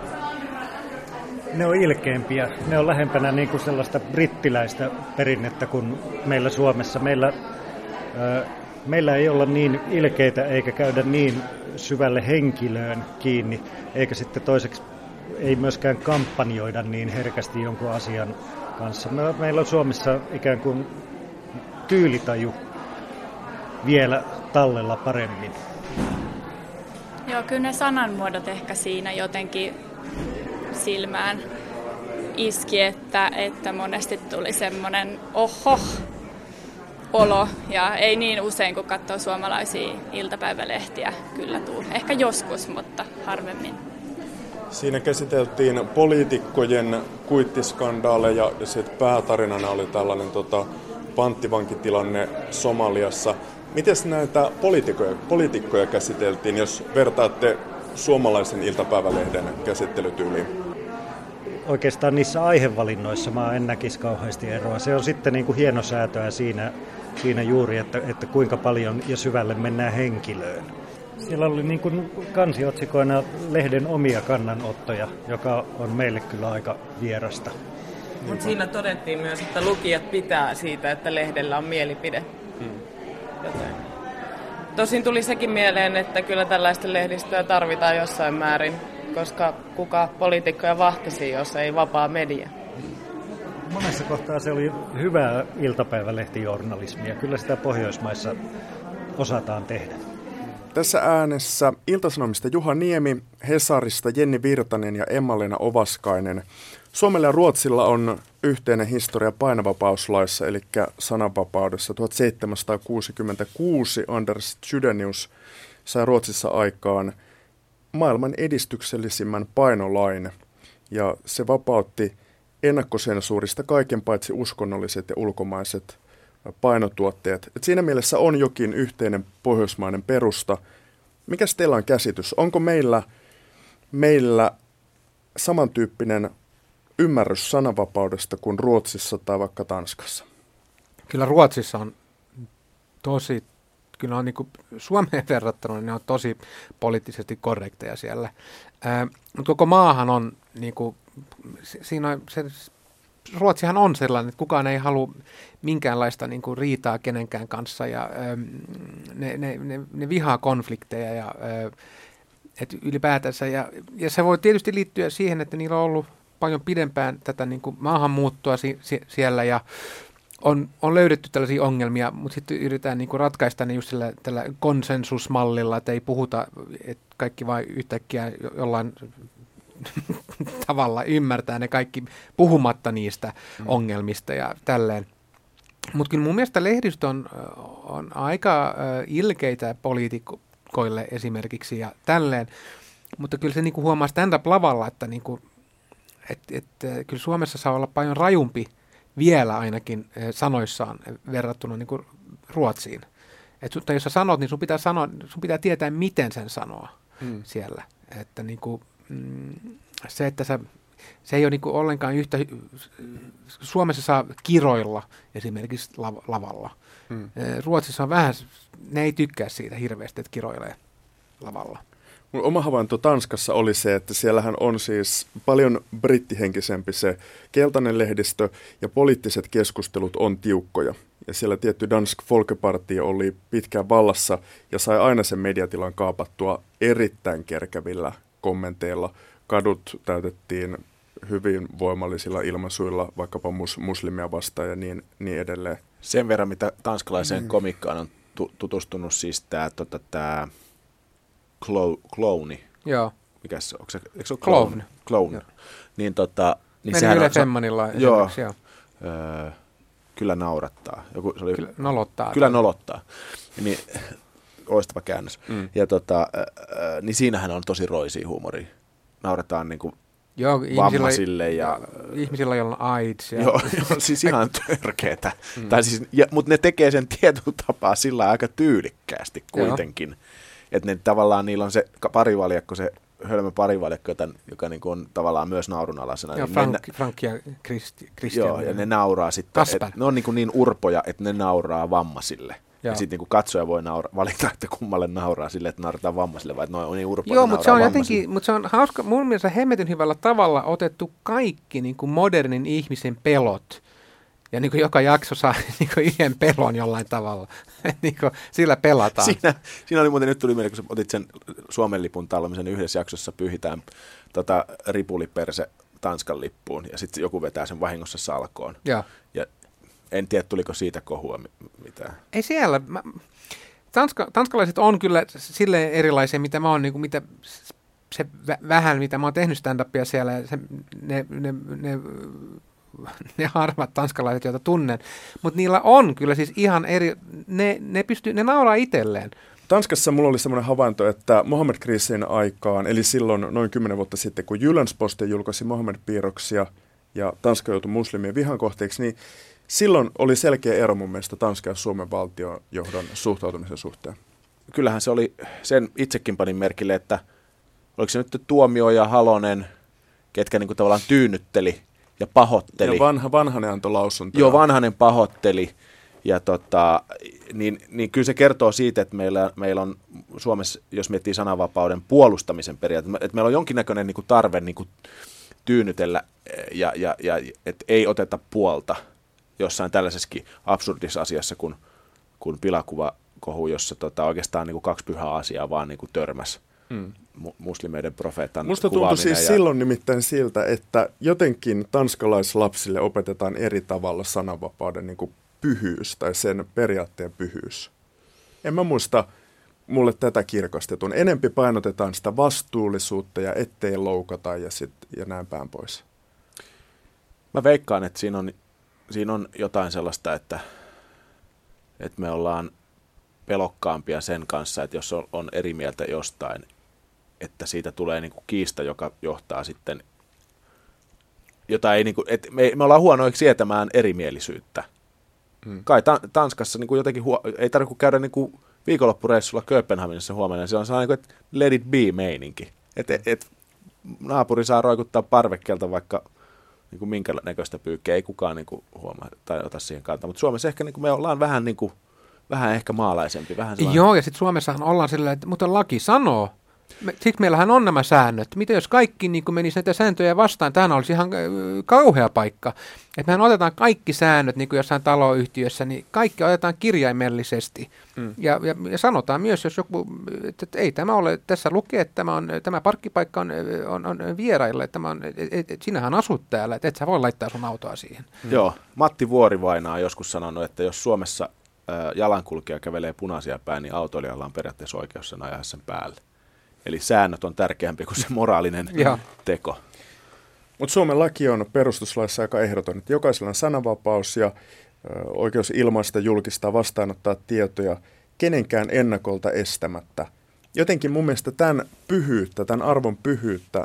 Ne on ilkeämpiä. Ne on lähempänä niin kuin sellaista brittiläistä perinnettä kuin meillä Suomessa. Meillä, äh, meillä ei olla niin ilkeitä eikä käydä niin syvälle henkilöön kiinni, eikä sitten toiseksi ei myöskään kampanjoida niin herkästi jonkun asian kanssa. Me, meillä on Suomessa ikään kuin tyylitaju vielä tallella paremmin. Joo, kyllä ne sananmuodot ehkä siinä jotenkin silmään iski, että, että monesti tuli semmoinen oho olo ja ei niin usein kun katsoo suomalaisia iltapäivälehtiä kyllä tuu. Ehkä joskus, mutta harvemmin. Siinä käsiteltiin poliitikkojen kuittiskandaaleja ja sitten päätarinana oli tällainen tota, panttivankitilanne Somaliassa. Miten näitä poliitikkoja, poliitikkoja käsiteltiin, jos vertaatte suomalaisen iltapäivälehden käsittelytyyliin? Oikeastaan niissä aihevalinnoissa mä en näkisi kauheasti eroa. Se on sitten niin kuin hienosäätöä siinä, siinä juuri, että, että kuinka paljon ja syvälle mennään henkilöön. Siellä oli niin kuin kansiotsikoina lehden omia kannanottoja, joka on meille kyllä aika vierasta. Mutta siinä todettiin myös, että lukijat pitää siitä, että lehdellä on mielipide. Hmm. Joten. Tosin tuli sekin mieleen, että kyllä tällaista lehdistöä tarvitaan jossain määrin, koska kuka poliitikkoja vahtisi, jos ei vapaa media. Monessa kohtaa se oli hyvää iltapäivälehtijournalismia. Kyllä sitä Pohjoismaissa osataan tehdä. Tässä äänessä Ilta-Sanomista Juha Niemi, Hesarista Jenni Virtanen ja Emma-Leena Ovaskainen. Suomella ja Ruotsilla on yhteinen historia painovapauslaissa, eli sananvapaudessa. tuhatseitsemänsataakuusikymmentäkuusi Anders Chydenius sai Ruotsissa aikaan maailman edistyksellisimmän painolain, ja se vapautti ennakkosensuurista kaiken paitsi uskonnolliset ja ulkomaiset painotuotteet. Et siinä mielessä on jokin yhteinen pohjoismainen perusta. Mikäs teillä on käsitys? Onko meillä, meillä samantyyppinen ymmärrys sananvapaudesta kuin Ruotsissa tai vaikka Tanskassa? Kyllä Ruotsissa on tosi, kyllä on niin kuin Suomeen verrattuna, niin ne on tosi poliittisesti korrekteja siellä. Ää, mutta koko maahan on, niin kuin, siinä on se, Ruotsihan on sellainen, että kukaan ei halua minkäänlaista niin kuin riitaa kenenkään kanssa ja ää, ne, ne, ne, ne vihaa konflikteja ja ää, et ylipäätänsä. Ja, ja se voi tietysti liittyä siihen, että niillä on ollut paljon pidempään tätä niin kuin maahanmuuttoa si- si- siellä ja on, on löydetty tällaisia ongelmia, mutta sitten yritetään niin kuin ratkaista ne just sillä, tällä konsensusmallilla, että ei puhuta, että kaikki vain yhtäkkiä jollain tavalla ymmärtää ne kaikki puhumatta niistä mm. ongelmista ja tälleen. Mutta kyllä mun mielestä lehdistö on, on aika ilkeitä poliitikoille esimerkiksi ja tälleen, mutta kyllä se niinku huomaa stand-up-lavalla, että niinku, et, et, kyllä Suomessa saa olla paljon rajumpi vielä ainakin sanoissaan verrattuna niinku Ruotsiin. Et, mutta jos sä sanot, niin sun pitää, sanoa, sun pitää tietää, miten sen sanoa mm. siellä. Että niinku, mm, se, että sä, se ei ole niinku ollenkaan yhtä, Suomessa saa kiroilla esimerkiksi lav- lavalla. Mm. Ruotsissa on vähän, ne ei tykkää siitä hirveästi, että kiroilee lavalla. Mun oma havainto Tanskassa oli se, että siellähän on siis paljon brittihenkisempi se keltainen lehdistö ja poliittiset keskustelut on tiukkoja. Ja siellä tietty Dansk Folkeparti oli pitkään vallassa ja sai aina sen mediatilan kaapattua erittäin kerkävillä kommenteilla. Kadut täytettiin hyvin voimallisilla ilmaisuilla, vaikkapa mus, muslimia vastaan ja niin, niin edelleen. Sen verran, mitä tanskalaiseen mm. komikkaan on tu- tutustunut, siis tämä tota, Clowni. Joo. Mikäs se, onko se, eikö se ole Clown? Clown. Niin tota... Niin meni Yle Femmanilla joo, joo. Öö, kyllä naurattaa. Joku, se oli, kyllä nolottaa. Kyllä nolottaa. Niin, loistava käännös. Mm. Ja tota, äh, niin siinähän on tosi roisia huumoria. Naurataan niinku joo, vammaisille ja... Ihmisillä, joilla on AIDS. Ja... Joo, joo, siis ihan törkeetä. Mm. Siis, mutta ne tekee sen tietyllä tapaa sillä aika tyylikkäästi kuitenkin. Että ne tavallaan, niillä on se parivaljakko, se hölmö parivaljakko, joka, joka niinku on tavallaan myös naurunalaisena. Joo, niin Frank, ne, Frank ja Christian. Joo, ja ne nauraa sitten. Et, ne on niinku niin urpoja, että ne nauraa vammaisille. Joo. Ja sitten niinku katsoja voi naura, valita, että kummalle nauraa sille, että naurataan vammaisille, vai että ne on niin urpoja, joo, mutta se on jotenkin, mutta se on hauska, mun mielestä hemmetyn hyvällä tavalla otettu kaikki niin kuin modernin ihmisen pelot. Ja niin kuin joka jakso saa niin kuin yhden pelon jollain tavalla. niin kuin sillä pelataan. Siinä, siinä oli muuten, nyt tuli mieleen, kun otit sen Suomen lipun tallemisen yhdessä jaksossa, pyyhitään tota, ripuliperse Tanskan lippuun, ja sitten joku vetää sen vahingossa salkoon. Ja, ja en tiedä, tuliko siitä kohua mitään. Ei siellä. Mä, Tanska, tanskalaiset on kyllä silleen erilaisia, mitä mä oon, niin kuin mitä se vä- vähän, mitä mä oon tehnyt stand-upia siellä, ja se, ne, ne, ne, ne harvat tanskalaiset, joita tunnen, mutta niillä on kyllä siis ihan eri, ne, ne, pystyy, ne nauraa itselleen. Tanskassa mulla oli semmoinen havainto, että Mohammed-kriisin aikaan, eli silloin noin kymmenen vuotta sitten, kun Jyllands-Posten julkaisi Mohammed-piirroksia ja Tanska joutui muslimien vihan kohteeksi, niin silloin oli selkeä ero mun mielestä Tanskan ja Suomen valtionjohdon suhtautumisen suhteen. Kyllähän se oli, sen itsekin panin merkille, että oliko se nyt Tuomio ja Halonen, ketkä niinku tavallaan tyynnytteli ja pahoitteli. Ja vanha, Vanhanen antoi lausuntoja. Joo, Vanhanen pahoitteli. Ja tota, niin, niin kyllä se kertoo siitä, että meillä, meillä on Suomessa, jos miettii sananvapauden puolustamisen periaate, että meillä on jonkinnäköinen niin kuin tarve niin kuin tyynnytellä ja, ja, ja että ei oteta puolta jossain tällaisessakin absurdissa asiassa kuin, kuin pilakuvakohu, jossa tota, oikeastaan niin kuin kaksi pyhää asiaa vaan niin kuin törmäsi hmm. muslimeiden profeetan musta tuntui siis ja... silloin nimittäin siltä, että jotenkin tanskalaislapsille opetetaan eri tavalla sananvapauden niin kuin pyhyys tai sen periaatteen pyhyys. En mä muista, mulle tätä kirkastetun. Enempi painotetaan sitä vastuullisuutta ja ettei loukata ja, sit, ja näin päin pois. Mä veikkaan, että siinä on, siinä on jotain sellaista, että, että me ollaan pelokkaampia sen kanssa, että jos on, on eri mieltä jostain, että siitä tulee niin kuin kiista, joka johtaa sitten, jota ei niin kuin, että me, me ollaan huonoiksi sietämään erimielisyyttä. Hmm. Kai ta, Tanskassa niin kuin jotenkin, huo, ei tarvitse käydä niin kuin viikonloppureissulla Kööpenhaminassa huomenna, se on sellainen, että let it be-meininki. Että et, et, naapuri saa roikuttaa parvekkeelta vaikka niin kuin minkä näköistä pyykkiä, ei kukaan niin kuin huomaa tai ota siihen kantaa. Mutta Suomessa ehkä niin kuin me ollaan vähän, niin kuin, vähän ehkä maalaisempi. Vähän Joo, ja sitten Suomessahan ollaan sillä, että mutta laki sanoo. Me, siksi meillähän on nämä säännöt. Mitä jos kaikki niin menisi näitä sääntöjä vastaan? Tämähän olisi ihan äh, kauhea paikka. Että mehän otetaan kaikki säännöt, niin kuin jossain taloyhtiössä, niin kaikki otetaan kirjaimellisesti. Mm. Ja, ja, ja sanotaan myös, jos joku, että, että ei tämä ole, tässä lukee, että tämä, on, tämä parkkipaikka on, on, on vieraille, että, on, että, että sinähän asut täällä, että et sä voi laittaa sun autoa siihen. Mm. Joo, Matti Vuorivainaa on joskus sanonut, että jos Suomessa äh, jalankulkija kävelee punaisia päin, niin autoilijalla on periaatteessa oikeus sen ajaa sen päälle. Eli säännöt on tärkeämpi kuin se moraalinen teko. Mutta Suomen laki on perustuslaissa aika ehdoton, että jokaisella on sananvapaus ja ö, oikeus ilmaista, julkistaa, vastaanottaa tietoja kenenkään ennakolta estämättä. Jotenkin mun mielestä tämän pyhyyttä, tämän arvon pyhyyttä,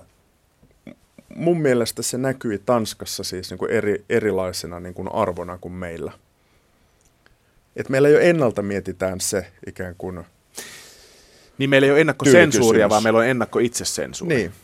mun mielestä se näkyi Tanskassa siis niin kuin eri, erilaisena niin kuin arvona kuin meillä. Et meillä jo ennalta mietitään se ikään kuin... Niin meillä ei ole ennakkosensuuria, vaan meillä on ennakko-itsesensuuria. Niin.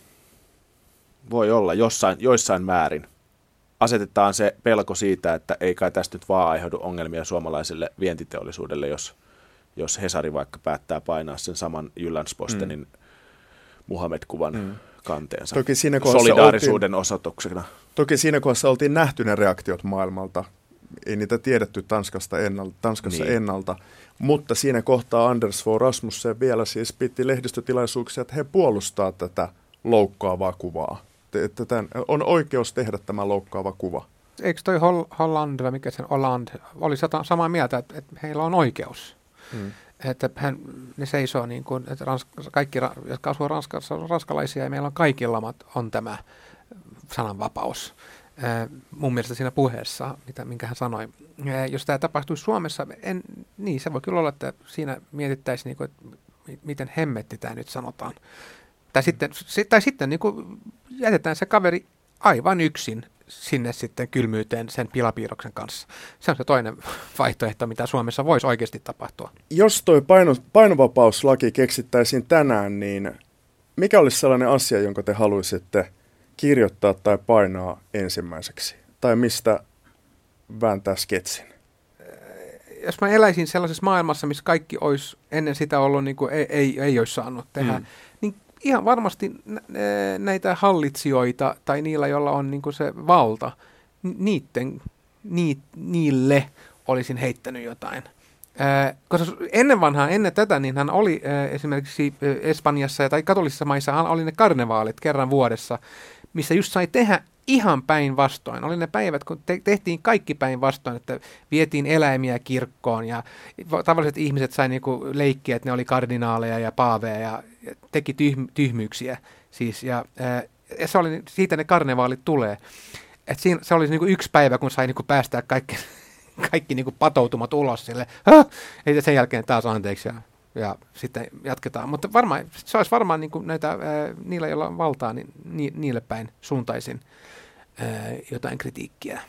Voi olla jossain, joissain määrin. Asetetaan se pelko siitä, että ei kai tästä nyt vaan aiheudu ongelmia suomalaiselle vientiteollisuudelle, jos, jos Hesari vaikka päättää painaa sen saman Jyllandspostenin mm. Muhammed-kuvan mm. kanteensa toki siinä solidaarisuuden oltiin, osoituksena. Toki siinä kohdassa oltiin nähty ne reaktiot maailmalta. Ei niitä tiedetty Tanskasta ennalta, Tanskassa niin. ennalta. Mutta siinä kohtaa Anders Fogh Rasmussen vielä siis piti lehdistötilaisuuksia, että he puolustaa tätä loukkaavaa kuvaa. Että tämän, on oikeus tehdä tämä loukkaava kuva. Eikö toi Hol- Holland, vai mikä sen Holland, oli sata, samaa mieltä, että, että heillä on oikeus. Hmm. Että hän, ne seisoo niin kuin, että Ransk- kaikki, jotka asuu Ranskassa, on ranskalaisia ja meillä on kaikilla on tämä sananvapaus. Äh, mun mielestä siinä puheessa, mitä, minkä hän sanoi. Äh, jos tämä tapahtuisi Suomessa, en, niin se voi kyllä olla, että siinä mietittäisiin, niin kuin, että miten hemmetti tämä nyt sanotaan. Tai sitten, tai sitten niin kuin jätetään se kaveri aivan yksin sinne sitten kylmyyteen sen pilapiirroksen kanssa. Se on se toinen vaihtoehto, mitä Suomessa voisi oikeasti tapahtua. Jos toi paino, painovapauslaki keksittäisiin tänään, niin mikä olisi sellainen asia, jonka te haluaisitte kirjoittaa tai painaa ensimmäiseksi? Tai mistä vääntää sketsin? Jos mä eläisin sellaisessa maailmassa, missä kaikki olisi ennen sitä ollut, niin kuin ei, ei, ei olisi saanut tehdä, mm. niin ihan varmasti näitä hallitsijoita tai niillä, joilla on niin kuin se valta, niitten, ni, niille olisin heittänyt jotain. Äh, koska ennen vanhaa, ennen tätä, niin hän oli äh, esimerkiksi äh, Espanjassa tai katolisissa maissa hän oli ne karnevaalit kerran vuodessa, missä just sai tehdä ihan päinvastoin. Oli ne päivät, kun te- tehtiin kaikki päinvastoin, että vietiin eläimiä kirkkoon ja tavalliset ihmiset sai niinku leikkiä, että ne oli kardinaaleja ja paaveja ja teki tyhm- tyhmyyksiä. Siis, ja, ää, ja se oli, siitä ne karnevaalit tulee. Et siinä, se oli niinku yksi päivä, kun sai niinku päästää kaikki, kaikki niinku patoutumat ulos sille. Ja sen jälkeen taas anteeksi ja, ja sitten jatketaan. Mutta varmaan, se olisi varmaan niinku näitä, ää, niillä, joilla on valtaa, niin ni, niille päin suuntaisin ää, jotain kritiikkiä.